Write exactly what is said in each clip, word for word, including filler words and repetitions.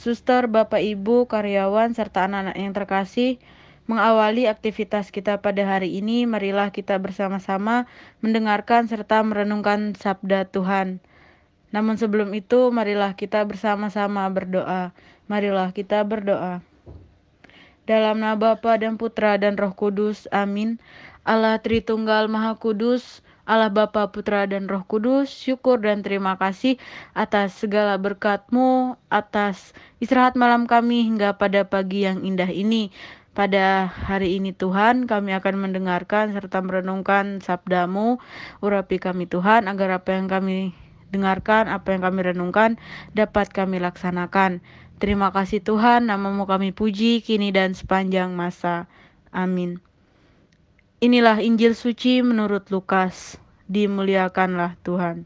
suster, Bapak Ibu, karyawan, serta anak-anak yang terkasih, mengawali aktivitas kita pada hari ini, marilah kita bersama-sama mendengarkan serta merenungkan sabda Tuhan. Namun sebelum itu, marilah kita bersama-sama berdoa. Marilah kita berdoa. Dalam nama Bapa dan Putra dan Roh Kudus, amin. Allah Tritunggal Maha Kudus, Allah Bapa, Putra dan Roh Kudus, syukur dan terima kasih atas segala berkat-Mu, atas istirahat malam kami hingga pada pagi yang indah ini. Pada hari ini Tuhan, kami akan mendengarkan serta merenungkan sabda-Mu. Urapi kami Tuhan, agar apa yang kami dengarkan, apa yang kami renungkan, dapat kami laksanakan. Terima kasih Tuhan, namamu kami puji, kini dan sepanjang masa. Amin. Inilah Injil suci menurut Lukas. Dimuliakanlah Tuhan.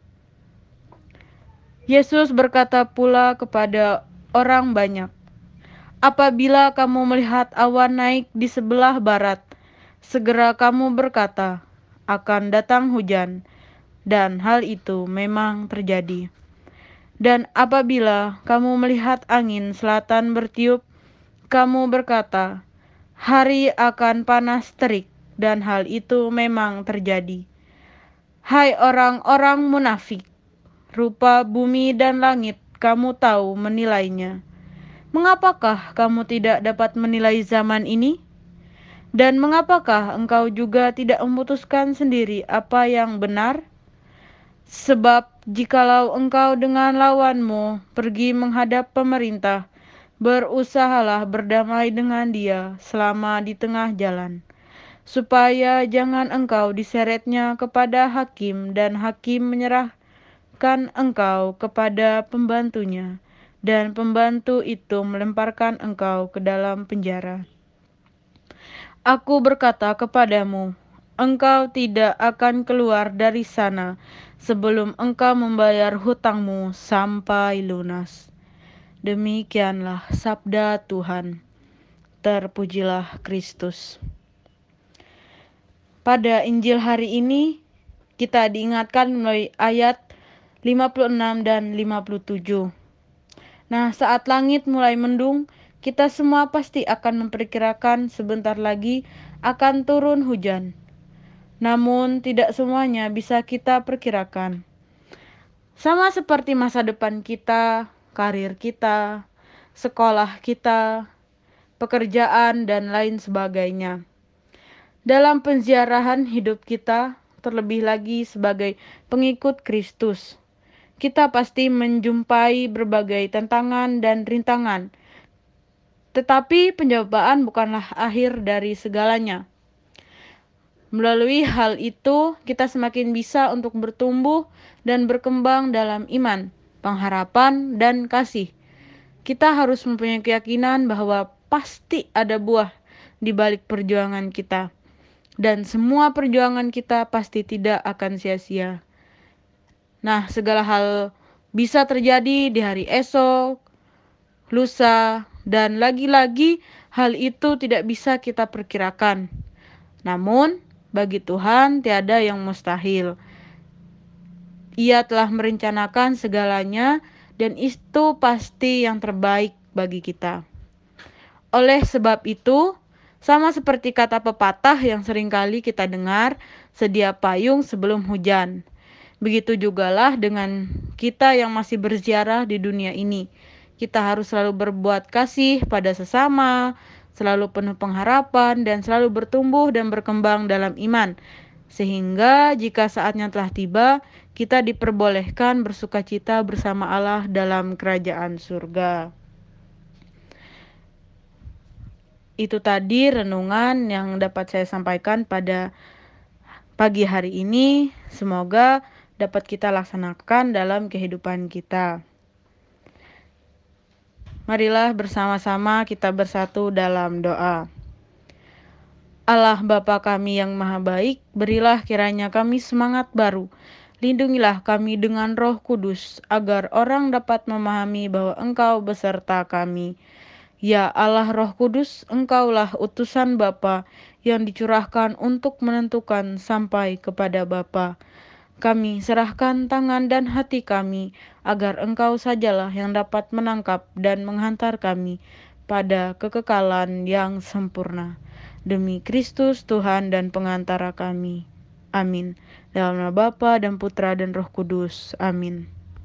Yesus berkata pula kepada orang banyak, apabila kamu melihat awan naik di sebelah barat, segera kamu berkata, akan datang hujan, dan hal itu memang terjadi. Dan apabila kamu melihat angin selatan bertiup, kamu berkata, hari akan panas terik, dan hal itu memang terjadi. Hai orang-orang munafik, rupa bumi dan langit kamu tahu menilainya. Mengapakah kamu tidak dapat menilai zaman ini? Dan mengapakah engkau juga tidak memutuskan sendiri apa yang benar? Sebab jikalau engkau dengan lawanmu pergi menghadap pemerintah, berusahalah berdamai dengan dia selama di tengah jalan, supaya jangan engkau diseretnya kepada hakim dan hakim menyerahkan engkau kepada pembantunya, dan pembantu itu melemparkan engkau ke dalam penjara. Aku berkata kepadamu, engkau tidak akan keluar dari sana sebelum engkau membayar hutangmu sampai lunas. Demikianlah sabda Tuhan. Terpujilah Kristus. Pada Injil hari ini, kita diingatkan melalui ayat lima puluh enam dan lima puluh tujuh. Nah, saat langit mulai mendung, kita semua pasti akan memperkirakan sebentar lagi akan turun hujan. Namun, tidak semuanya bisa kita perkirakan. Sama seperti masa depan kita, karir kita, sekolah kita, pekerjaan, dan lain sebagainya. Dalam penziarahan hidup kita, terlebih lagi sebagai pengikut Kristus, kita pasti menjumpai berbagai tantangan dan rintangan. Tetapi penjawaban bukanlah akhir dari segalanya. Melalui hal itu, kita semakin bisa untuk bertumbuh dan berkembang dalam iman, pengharapan, dan kasih. Kita harus mempunyai keyakinan bahwa pasti ada buah di balik perjuangan kita. Dan semua perjuangan kita pasti tidak akan sia-sia. Nah, segala hal bisa terjadi di hari esok, lusa, dan lagi-lagi hal itu tidak bisa kita perkirakan. Namun, bagi Tuhan tiada yang mustahil. Ia telah merencanakan segalanya dan itu pasti yang terbaik bagi kita. Oleh sebab itu, sama seperti kata pepatah yang seringkali kita dengar, sedia payung sebelum hujan. Begitu jugalah dengan kita yang masih berziarah di dunia ini. Kita harus selalu berbuat kasih pada sesama, selalu penuh pengharapan, dan selalu bertumbuh dan berkembang dalam iman. Sehingga jika saatnya telah tiba, kita diperbolehkan bersukacita bersama Allah dalam kerajaan surga. Itu tadi renungan yang dapat saya sampaikan pada pagi hari ini. Semoga dapat kita laksanakan dalam kehidupan kita. Marilah bersama-sama kita bersatu dalam doa. Allah Bapa kami yang maha baik, berilah kiranya kami semangat baru. Lindungilah kami dengan Roh Kudus, agar orang dapat memahami bahwa Engkau beserta kami. Ya Allah Roh Kudus, Engkaulah utusan Bapa yang dicurahkan untuk menentukan sampai kepada Bapa. Kami serahkan tangan dan hati kami, agar Engkau sajalah yang dapat menangkap dan menghantar kami pada kekekalan yang sempurna. Demi Kristus Tuhan dan pengantara kami. Amin. Dalam nama Bapa dan Putra dan Roh Kudus. Amin.